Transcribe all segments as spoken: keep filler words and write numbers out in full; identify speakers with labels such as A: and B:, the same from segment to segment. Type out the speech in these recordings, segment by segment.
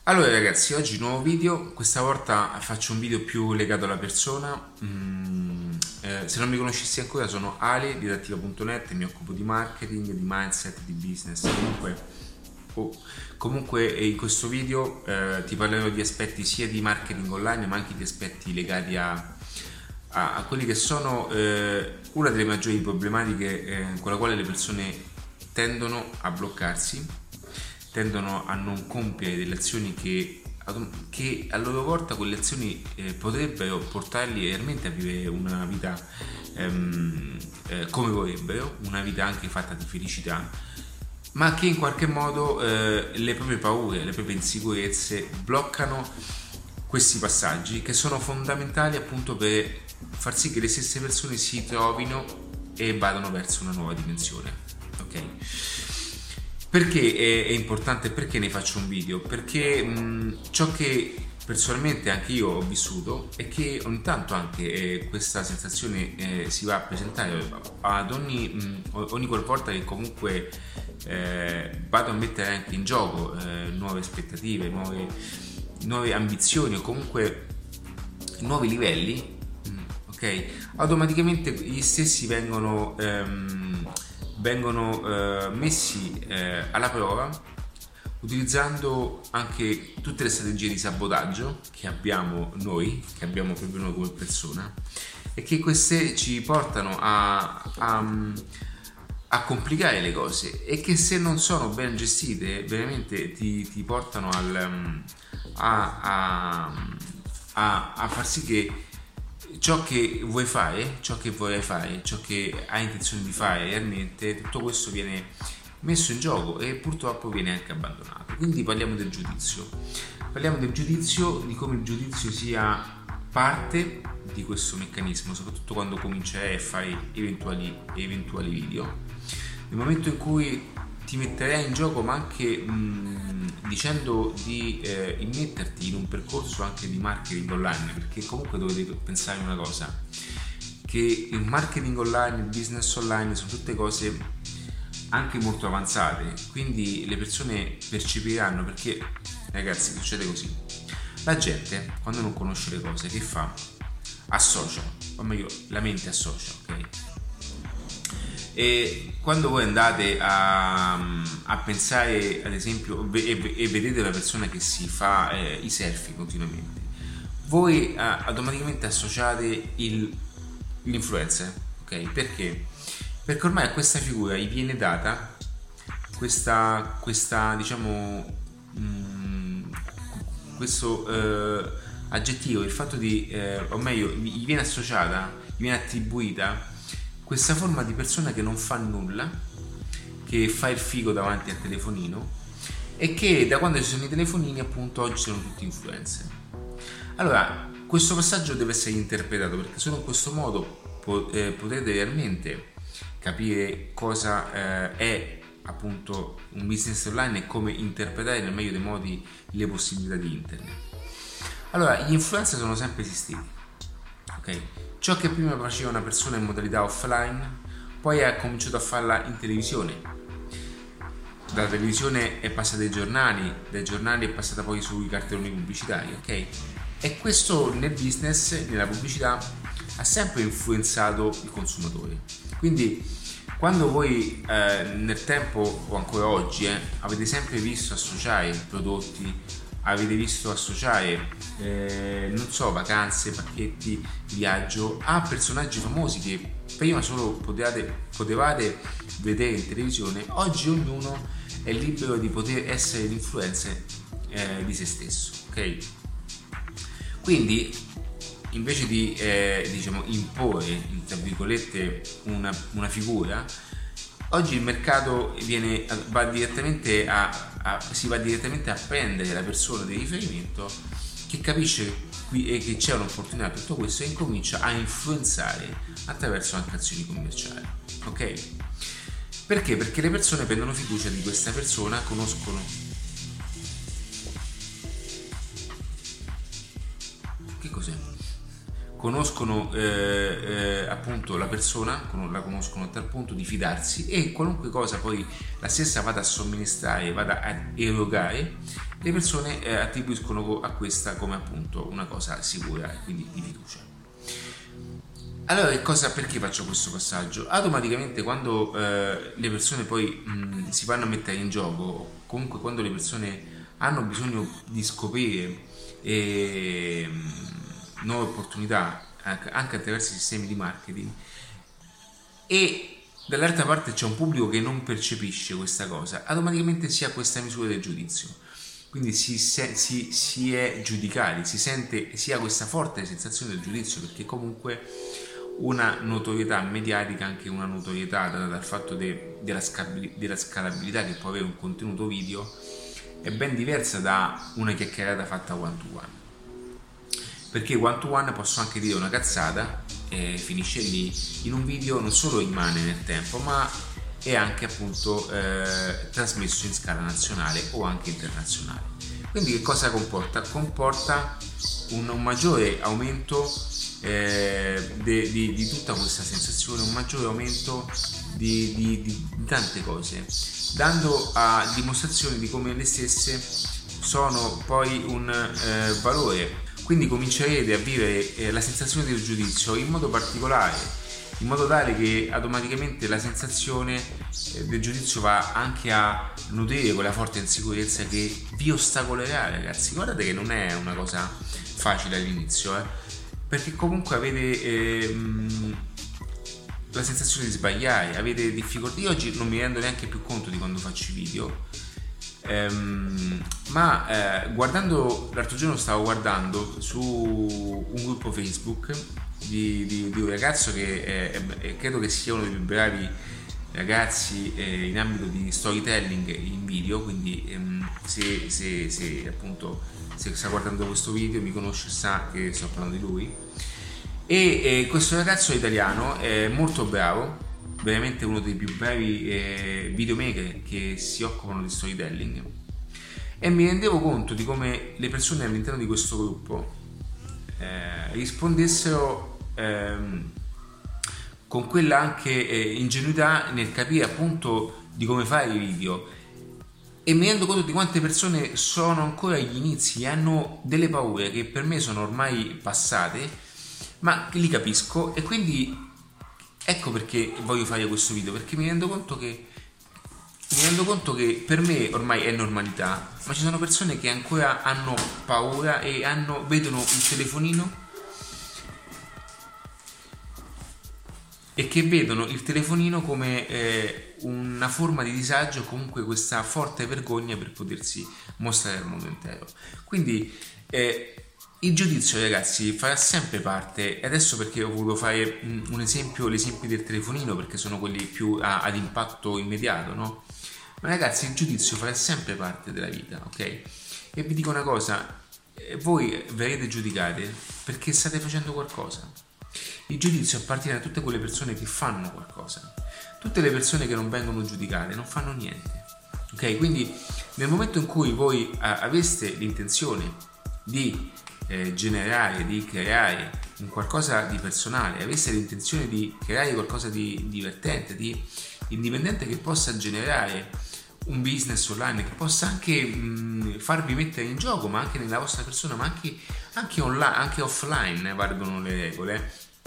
A: Allora ragazzi, oggi nuovo video, questa volta faccio un video più legato alla persona. Mm, eh, se non mi conoscessi ancora, sono Ali di Redattiva punto net, mi occupo di marketing, di mindset, di business. Comunque, oh, comunque eh, in questo video eh, ti parlerò di aspetti sia di marketing online ma anche di aspetti legati a, a, a quelli che sono eh, una delle maggiori problematiche eh, con la quale le persone tendono a bloccarsi, tendono a non compiere delle azioni che, che a loro volta quelle azioni eh, potrebbero portarli realmente a vivere una vita ehm, eh, come vorrebbero, una vita anche fatta di felicità, ma che in qualche modo eh, le proprie paure, le proprie insicurezze bloccano questi passaggi che sono fondamentali appunto per far sì che le stesse persone si trovino e vadano verso una nuova dimensione. Ok? Perché è, è importante? Perché ne faccio un video? Perché mh, ciò che personalmente anche io ho vissuto è che ogni tanto anche eh, questa sensazione eh, si va a presentare ad ogni, mh, ogni qualvolta che comunque eh, vado a mettere anche in gioco eh, nuove aspettative, nuove, nuove ambizioni o comunque nuovi livelli, mh, ok? Automaticamente gli stessi vengono ehm, vengono eh, messi eh, alla prova utilizzando anche tutte le strategie di sabotaggio che abbiamo noi, che abbiamo proprio noi come persona, e che queste ci portano a, a, a complicare le cose e che se non sono ben gestite veramente ti, ti portano al, a, a, a, a far sì che ciò che vuoi fare, ciò che vorrai fare, ciò che hai intenzione di fare realmente, tutto questo viene messo in gioco e purtroppo viene anche abbandonato. Quindi parliamo del giudizio. Parliamo del giudizio, di come il giudizio sia parte di questo meccanismo, soprattutto quando comincerai a fare eventuali, eventuali video. Nel momento in cui ti metterai in gioco, ma anche mh, dicendo di eh, immetterti in un percorso anche di marketing online, perché comunque dovete pensare una cosa, che il marketing online, il business online sono tutte cose anche molto avanzate, quindi le persone percepiranno, perché ragazzi succede così, la gente quando non conosce le cose che fa? Associa, o meglio la mente associa, ok? E quando voi andate a, a pensare ad esempio e, e vedete una persona che si fa eh, i selfie continuamente, voi eh, automaticamente associate il, l'influencer, ok? Perché? Perché ormai a questa figura gli viene data questa, questa diciamo mh, questo eh, aggettivo, il fatto di eh, o meglio gli viene associata, gli viene attribuita questa forma di persona che non fa nulla, che fa il figo davanti al telefonino e che da quando ci sono i telefonini appunto oggi sono tutti influencer. Allora questo passaggio deve essere interpretato, perché solo in questo modo po- eh, potete realmente capire cosa eh, è appunto un business online e come interpretare nel meglio dei modi le possibilità di internet. Allora, gli influencer sono sempre esistiti, ok? Ciò che prima faceva una persona in modalità offline, poi ha cominciato a farla in televisione. Dalla televisione è passata ai giornali, dai giornali è passata poi sui cartelloni pubblicitari, ok? E questo nel business, nella pubblicità, ha sempre influenzato il consumatore. Quindi quando voi eh, nel tempo o ancora oggi eh, avete sempre visto associare prodotti, avete visto associare eh, non so, vacanze, pacchetti, viaggio a personaggi famosi che prima solo potevate, potevate vedere in televisione, oggi ognuno è libero di poter essere l'influencer eh, di se stesso, ok? Quindi invece di eh, diciamo imporre tra virgolette una, una figura, oggi il mercato viene, va direttamente a, a si va direttamente a prendere la persona di riferimento che capisce qui e che c'è un'opportunità per tutto questo e incomincia a influenzare attraverso anche azioni commerciali, ok? Perché? Perché le persone prendono fiducia di questa persona, conoscono che cos'è? conoscono eh, eh, appunto la persona, la conoscono a tal punto di fidarsi, e qualunque cosa poi la stessa vada a somministrare, vada a erogare, le persone eh, attribuiscono a questa come appunto una cosa sicura e quindi di fiducia. Allora, che cosa, perché faccio questo passaggio? Automaticamente quando eh, le persone poi mh, si vanno a mettere in gioco, o comunque quando le persone hanno bisogno di scoprire eh, nuove opportunità anche attraverso i sistemi di marketing, e dall'altra parte c'è un pubblico che non percepisce questa cosa, automaticamente si ha questa misura del giudizio, quindi si, si, si è giudicati, si sente, si ha questa forte sensazione del giudizio, perché comunque una notorietà mediatica, anche una notorietà data dal fatto de, della, scabili, della scalabilità che può avere un contenuto video, è ben diversa da una chiacchierata fatta one to one, perché one to one posso anche dire una cazzata e finisce lì. In un video non solo rimane nel tempo, ma è anche appunto eh, trasmesso in scala nazionale o anche internazionale. Quindi che cosa comporta? Comporta un, un maggiore aumento eh, de, di, di tutta questa sensazione, un maggiore aumento di, di, di tante cose, dando a dimostrazione di come le stesse sono poi un eh, valore. Quindi comincerete a vivere eh, la sensazione del giudizio in modo particolare, in modo tale che automaticamente la sensazione eh, del giudizio va anche a nutrire quella forte insicurezza che vi ostacolerà, ragazzi. Guardate che non è una cosa facile all'inizio, eh, perché comunque avete eh, mh, la sensazione di sbagliare, avete difficoltà. Io oggi non mi rendo neanche più conto di quando faccio i video. Um, ma eh, guardando, l'altro giorno stavo guardando su un gruppo Facebook di, di, di un ragazzo che è, è, credo che sia uno dei più bravi ragazzi eh, in ambito di storytelling in video, quindi um, se, se, se appunto se sta guardando questo video mi conosce, sa che sto parlando di lui, e eh, questo ragazzo è italiano, è molto bravo, veramente uno dei più bravi eh, videomaker che si occupano di storytelling, e mi rendevo conto di come le persone all'interno di questo gruppo eh, rispondessero ehm, con quella anche eh, ingenuità nel capire appunto di come fare i video, e mi rendo conto di quante persone sono ancora agli inizi e hanno delle paure che per me sono ormai passate, ma li capisco, e quindi ecco perché voglio fare questo video, perché mi rendo conto che mi rendo conto che per me ormai è normalità, ma ci sono persone che ancora hanno paura e hanno, vedono il telefonino e che vedono il telefonino come eh, una forma di disagio, comunque questa forte vergogna per potersi mostrare al mondo intero. Quindi eh, il giudizio, ragazzi, farà sempre parte, e adesso perché ho voluto fare un esempio, l'esempio del telefonino, perché sono quelli più a, ad impatto immediato, no? Ma ragazzi, il giudizio farà sempre parte della vita, ok? E vi dico una cosa, voi verrete giudicate perché state facendo qualcosa. Il giudizio appartiene a tutte quelle persone che fanno qualcosa. Tutte le persone che non vengono giudicate non fanno niente, ok? Quindi nel momento in cui voi a, aveste l'intenzione di Eh, generare, di creare un qualcosa di personale, avesse l'intenzione di creare qualcosa di divertente, di indipendente, che possa generare un business online, che possa anche mh, farvi mettere in gioco, ma anche nella vostra persona, ma anche, anche online, anche offline eh, valgono le regole,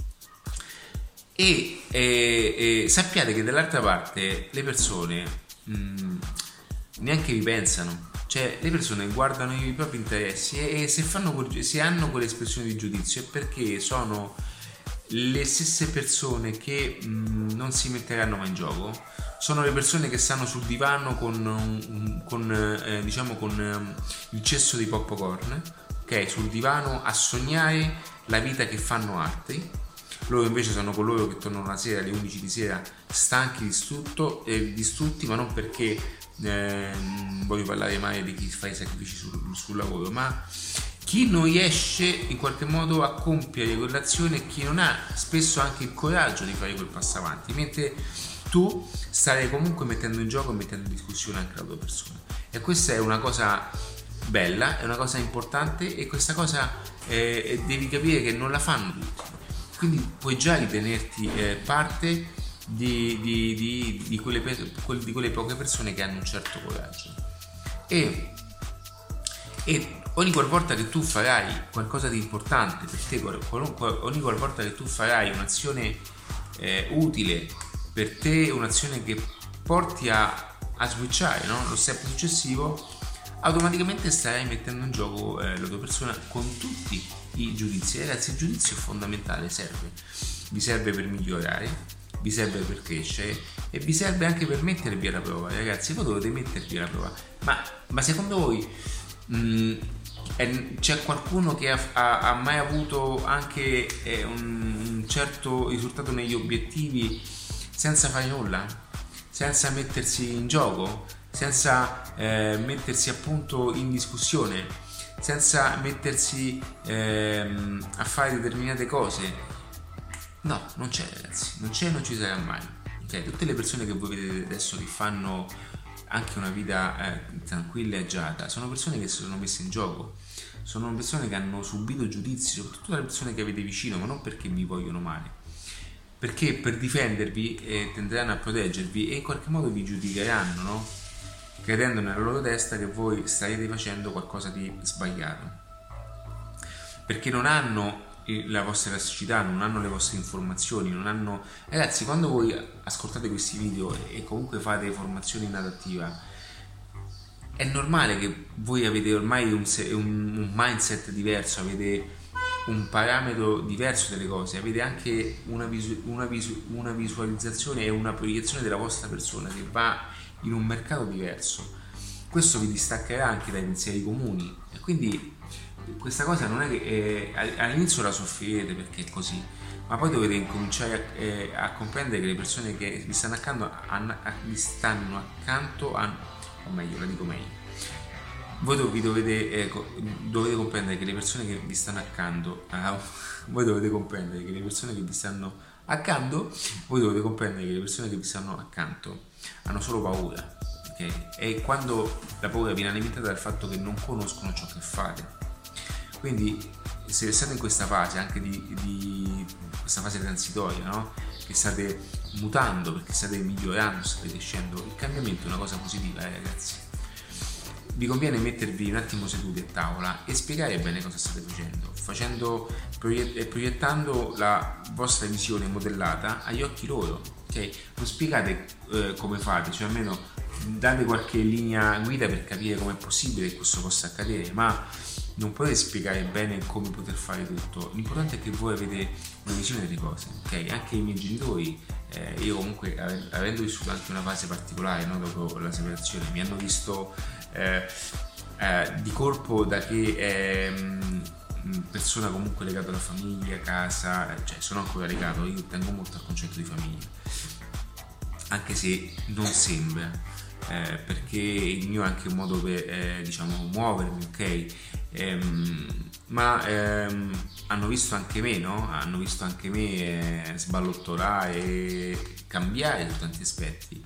A: e eh, eh, sappiate che dall'altra parte le persone mh, neanche vi pensano. Cioè le persone guardano i propri interessi e, e se, fanno, se hanno quell'espressione di giudizio è perché sono le stesse persone che mh, non si metteranno mai in gioco, sono le persone che stanno sul divano con, con eh, diciamo con eh, il cesso di popcorn, ok, sul divano a sognare la vita che fanno altri. Loro invece sono coloro che tornano la sera alle undici di sera stanchi, distrutto, eh, distrutti, ma non perché Eh, non voglio parlare mai di chi fa i sacrifici sul, sul lavoro, ma chi non riesce in qualche modo a compiere quell'azione, chi non ha spesso anche il coraggio di fare quel passo avanti, mentre tu stai comunque mettendo in gioco e mettendo in discussione anche la tua persona. E questa è una cosa bella, è una cosa importante, e questa cosa eh, devi capire che non la fanno tutti, quindi puoi già ritenerti eh, parte Di, di, di, di, quelle, di quelle poche persone che hanno un certo coraggio. E E ogni qualvolta che tu farai qualcosa di importante per te, qualunque, ogni qualvolta che tu farai un'azione eh, utile per te, un'azione che porti a, a switchare, no? Lo step successivo, automaticamente starai mettendo in gioco eh, la tua persona con tutti i giudizi. Ragazzi, il giudizio è fondamentale, serve, vi serve per migliorare, vi serve per crescere e vi serve anche per mettervi alla prova. Ragazzi, voi dovete mettervi alla prova. Ma, ma secondo voi mh, è, c'è qualcuno che ha, ha, ha mai avuto anche eh, un, un certo risultato negli obiettivi senza fare nulla? Senza mettersi in gioco? Senza eh, mettersi appunto in discussione? Senza mettersi ehm, a fare determinate cose? No, non c'è, ragazzi, non c'è e non ci sarà mai. Okay? Tutte le persone che voi vedete adesso che fanno anche una vita eh, tranquilla e agiata sono persone che si sono messe in gioco, sono persone che hanno subito giudizi, soprattutto le persone che avete vicino, ma non perché vi vogliono male, perché per difendervi eh, tenderanno a proteggervi e in qualche modo vi giudicheranno, no? Credendo nella loro testa che voi starete facendo qualcosa di sbagliato, perché non hanno la vostra elasticità, non hanno le vostre informazioni, non hanno... Ragazzi, quando voi ascoltate questi video e comunque fate formazione in adattiva, è normale che voi avete ormai un, un, un mindset diverso, avete un parametro diverso delle cose, avete anche una, visu, una, visu, una visualizzazione e una proiezione della vostra persona che va in un mercato diverso. Questo vi distaccherà anche dai pensieri comuni e quindi questa cosa non è che eh, all'inizio la soffrirete perché è così, ma poi dovete incominciare a, eh, a comprendere che le persone che vi stanno accanto a, a, vi stanno accanto a, o meglio, la dico meglio, voi vi dovete, eh, dovete comprendere che le persone che vi stanno accanto ah, voi dovete comprendere che le persone che vi stanno accanto voi dovete comprendere che le persone che vi stanno accanto hanno solo paura, okay? E quando la paura viene alimentata dal fatto che non conoscono ciò che fate. Quindi se state in questa fase anche di, di questa fase transitoria, no? Che state mutando perché state migliorando, state crescendo, il cambiamento è una cosa positiva, eh, ragazzi. Vi conviene mettervi un attimo seduti a tavola e spiegare bene cosa state facendo, facendo proiett- proiettando la vostra visione modellata agli occhi loro, ok? Non spiegate eh, come fate, cioè almeno date qualche linea guida per capire come è possibile che questo possa accadere, ma non potete spiegare bene come poter fare tutto. L'importante è che voi avete una visione delle cose, ok? Anche i miei genitori, eh, io comunque avendo vissuto anche una fase particolare, no, dopo la separazione, mi hanno visto eh, eh, di colpo da che eh, persona comunque legata alla famiglia, casa, cioè sono ancora legato, io tengo molto al concetto di famiglia, anche se non sembra. Eh, perché il mio è anche un modo per eh, diciamo muovermi, ok? Ehm, ma ehm, hanno visto anche me, no? Hanno visto anche me eh, sballottolare e cambiare su tanti aspetti.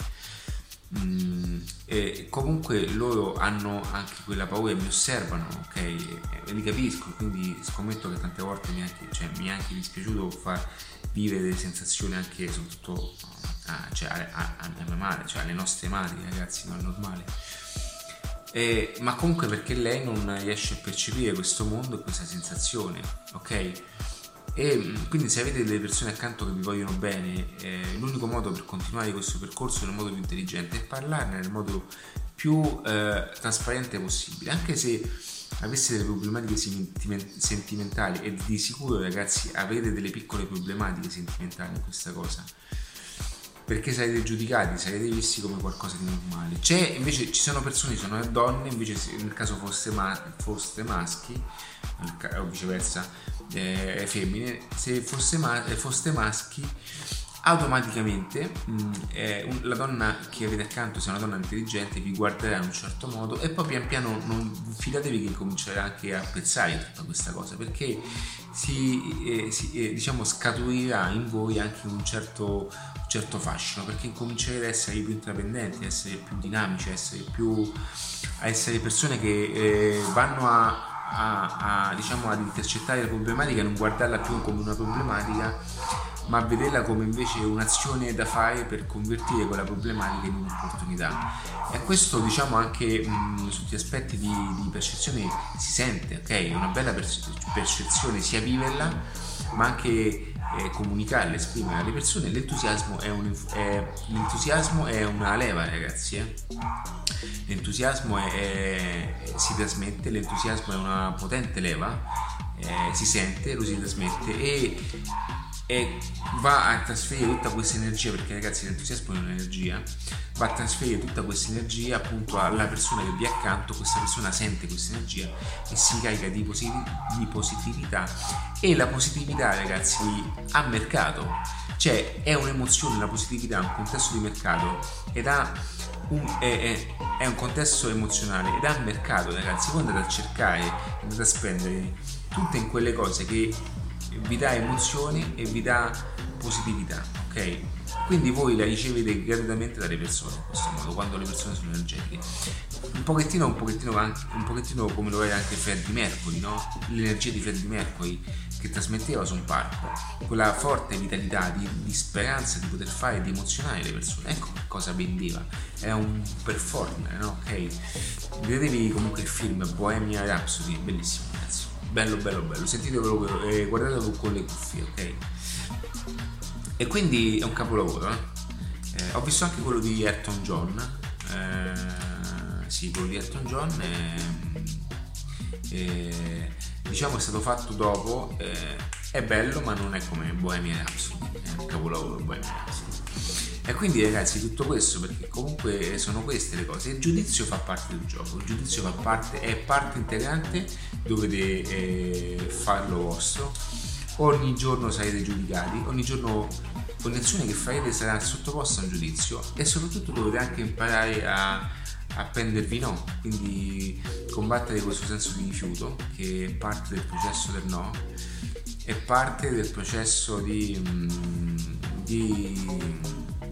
A: Mm, e comunque loro hanno anche quella paura e mi osservano, ok? E, e li capisco, quindi scommetto che tante volte mi è anche, cioè, mi è anche dispiaciuto far vivere delle sensazioni anche soprattutto a, cioè, a, a, a mia madre, cioè alle nostre madri, ragazzi, non è normale. Eh, ma comunque perché lei non riesce a percepire questo mondo e questa sensazione, ok? E quindi se avete delle persone accanto che vi vogliono bene, eh, l'unico modo per continuare questo percorso nel modo più intelligente è parlarne nel modo più eh, trasparente possibile, anche se avesse delle problematiche sentimentali, e di sicuro, ragazzi, avete delle piccole problematiche sentimentali in questa cosa, perché sarete giudicati, sarete visti come qualcosa di normale. C'è invece, ci sono persone, sono donne, invece se nel caso foste, ma, foste maschi o viceversa eh, femmine, se foste, ma, foste maschi, automaticamente mh, eh, un, la donna che avete accanto, se è una donna intelligente, vi guarderà in un certo modo e poi pian piano non fidatevi che comincerà anche a apprezzare tutta questa cosa, perché si, eh, si eh, diciamo scaturirà in voi anche un certo, un certo fascino, perché incomincerete a essere più intraprendenti, a essere più dinamici, a essere più a essere persone che eh, vanno a A, a, diciamo ad intercettare la problematica e non guardarla più come una problematica, ma a vederla come invece un'azione da fare per convertire quella problematica in un'opportunità. E questo, diciamo, anche mh, sotto gli aspetti di, di percezione si sente, ok? È una bella perce- percezione sia viverla, ma anche eh, comunicarla, esprimere alle persone. L'entusiasmo è, un, è, l'entusiasmo è una leva, ragazzi, eh? L'entusiasmo è, è, si trasmette, l'entusiasmo è una potente leva, eh, si sente, lo si trasmette e, e va a trasferire tutta questa energia, perché ragazzi l'entusiasmo è un'energia, va a trasferire tutta questa energia appunto alla persona che vi è accanto. Questa persona sente questa energia e si carica di, posit- di positività, e la positività, ragazzi, ha mercato, cioè è un'emozione, la positività è un contesto di mercato ed ha un, è, è, è un contesto emozionale ed ha mercato, ragazzi. Voi andate a cercare, andate a spendere tutte in quelle cose che vi dà emozione e vi dà positività, ok? Quindi voi la ricevete gratuitamente dalle persone in questo modo, quando le persone sono energetiche. Un pochettino, un pochettino, anche, un pochettino come lo era anche Freddie Mercury, no? L'energia di Freddie Mercury che trasmetteva su un palco, quella forte vitalità di, di speranza di poter fare, di emozionare le persone. Ecco che cosa vendeva, era un performer, no? Ok? Vedetevi comunque il film Bohemian Rhapsody, bellissimo, ragazzi, bello bello bello, sentitevelo e eh, guardatelo con le cuffie, ok? E quindi è un capolavoro, eh? Eh, ho visto anche quello di Elton John, eh, sì, quello di Elton John, eh, eh, diciamo è stato fatto dopo, eh, è bello ma non è come Bohemian Rhapsody, è un capolavoro Bohemian Rhapsody. E quindi ragazzi, tutto questo perché comunque sono queste le cose. Il giudizio fa parte del gioco, il giudizio fa parte, è parte integrante, dovete eh, farlo vostro. Ogni giorno sarete giudicati, ogni giorno ogni azione che farete sarà sottoposta a un giudizio, e soprattutto dovete anche imparare a, a prendervi no, quindi combattere questo senso di rifiuto che è parte del processo del no, è parte del processo di, di,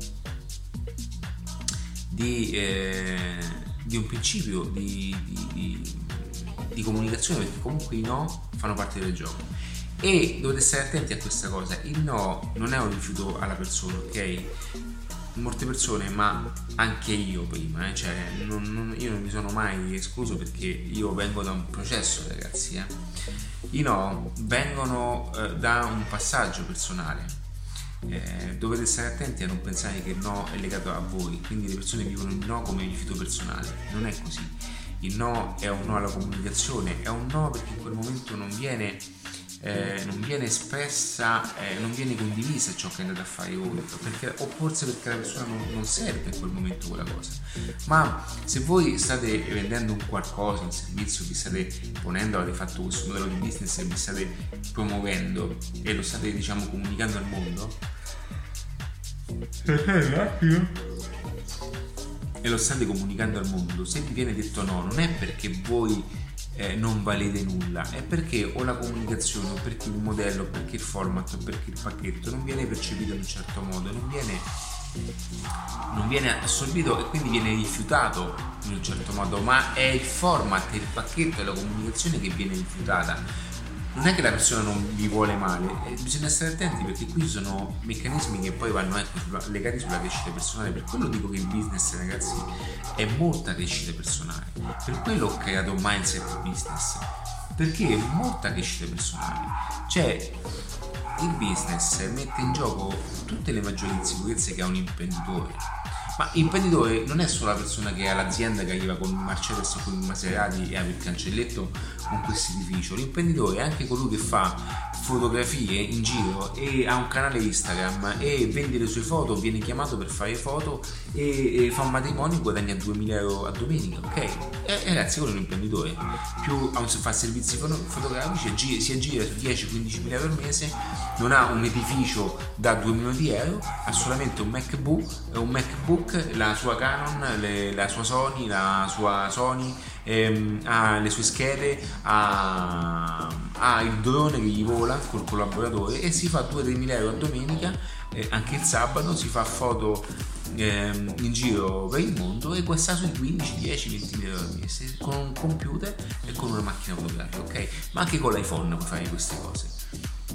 A: di, eh, di un principio di, di, di, di comunicazione, perché comunque i no fanno parte del gioco. E dovete stare attenti a questa cosa, il no non è un rifiuto alla persona, ok? Molte persone, ma anche io prima, eh? cioè non, non, io non mi sono mai escluso perché io vengo da un processo, ragazzi, eh? I no vengono eh, da un passaggio personale, eh, dovete stare attenti a non pensare che il no è legato a voi, quindi le persone vivono il no come rifiuto personale, non è così. Il no è un no alla comunicazione, è un no perché in quel momento non viene Eh, non viene espressa, eh, non viene condivisa ciò che andate a fare voi, perché, o forse perché la persona non, non serve in quel momento quella cosa. Ma se voi state vendendo un qualcosa, un servizio, vi state ponendo, avete fatto questo modello di business e vi state promuovendo e lo state, diciamo, comunicando al mondo, e lo state comunicando al mondo, se vi viene detto no, non è perché voi Eh, non valete nulla, è perché o la comunicazione, o perché il modello, o perché il format, o perché il pacchetto non viene percepito in un certo modo, non viene, non viene assorbito e quindi viene rifiutato in un certo modo, ma è il format, il pacchetto e la comunicazione che viene rifiutata. Non è che la persona non vi vuole male, eh, bisogna stare attenti perché qui ci sono meccanismi che poi vanno ecco, sulla, legati sulla crescita personale. Per quello dico che il business, ragazzi, è molta crescita personale, per quello ho creato Mindset Business, perché è molta crescita personale, cioè il business mette in gioco tutte le maggiori insicurezze che ha un imprenditore. Ma l'imprenditore non è solo la persona che ha l'azienda che arriva con un Mercedes o con un Maserati e apre il cancelletto con questo edificio. L'imprenditore è anche colui che fa fotografie in giro e ha un canale Instagram e vende le sue foto, viene chiamato per fare foto e, e fa un matrimonio e guadagna duemila euro a domenica, ok? E ragazzi, quello è un imprenditore. Più fa servizi fotografici, si aggira su dieci quindici mila euro al mese, non ha un edificio da due milioni di euro, ha solamente un MacBook, un MacBook la sua Canon, le, la sua Sony, la sua Sony, ehm, ha le sue schede, ha, ha il drone che gli vola col collaboratore e si fa due tre mila euro a domenica, eh, anche il sabato si fa foto ehm, in giro per il mondo e questa sui quindici dieci venti mila euro al mese con un computer e con una macchina fotografica, ok? Ma anche con l'iPhone puoi fare queste cose.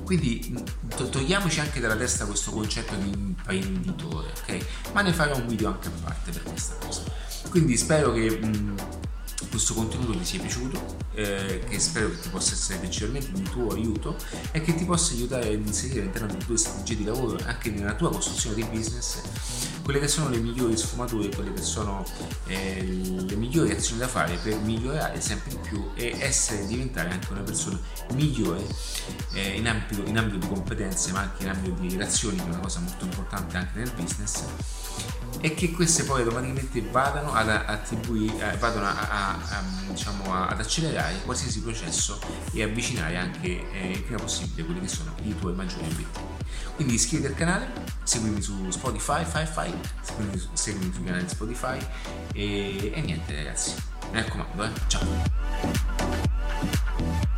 A: Quindi to- togliamoci anche dalla testa questo concetto di imprenditore, ok? Ma ne farò un video anche a parte per questa cosa. Quindi spero che mh, questo contenuto ti sia piaciuto, eh, che spero che ti possa essere principalmente di tuo aiuto e che ti possa aiutare ad inserire all'interno delle tue strategie di lavoro, anche nella tua costruzione di business, quelle che sono le migliori sfumature, quelle che sono eh, le migliori azioni da fare per migliorare sempre di più e essere diventare anche una persona migliore eh, in, ambito, in ambito di competenze, ma anche in ambito di relazioni, che è una cosa molto importante anche nel business, e che queste poi automaticamente vadano ad attribuire, vadano a, a, a, diciamo, ad accelerare qualsiasi processo e avvicinare anche eh, il prima possibile quelli che sono i tuoi maggiori obiettivi. Quindi iscriviti al canale, seguimi su Spotify, Fi Fi, seguimi, seguimi sul canale di Spotify e, e niente ragazzi, mi raccomando, eh, ciao!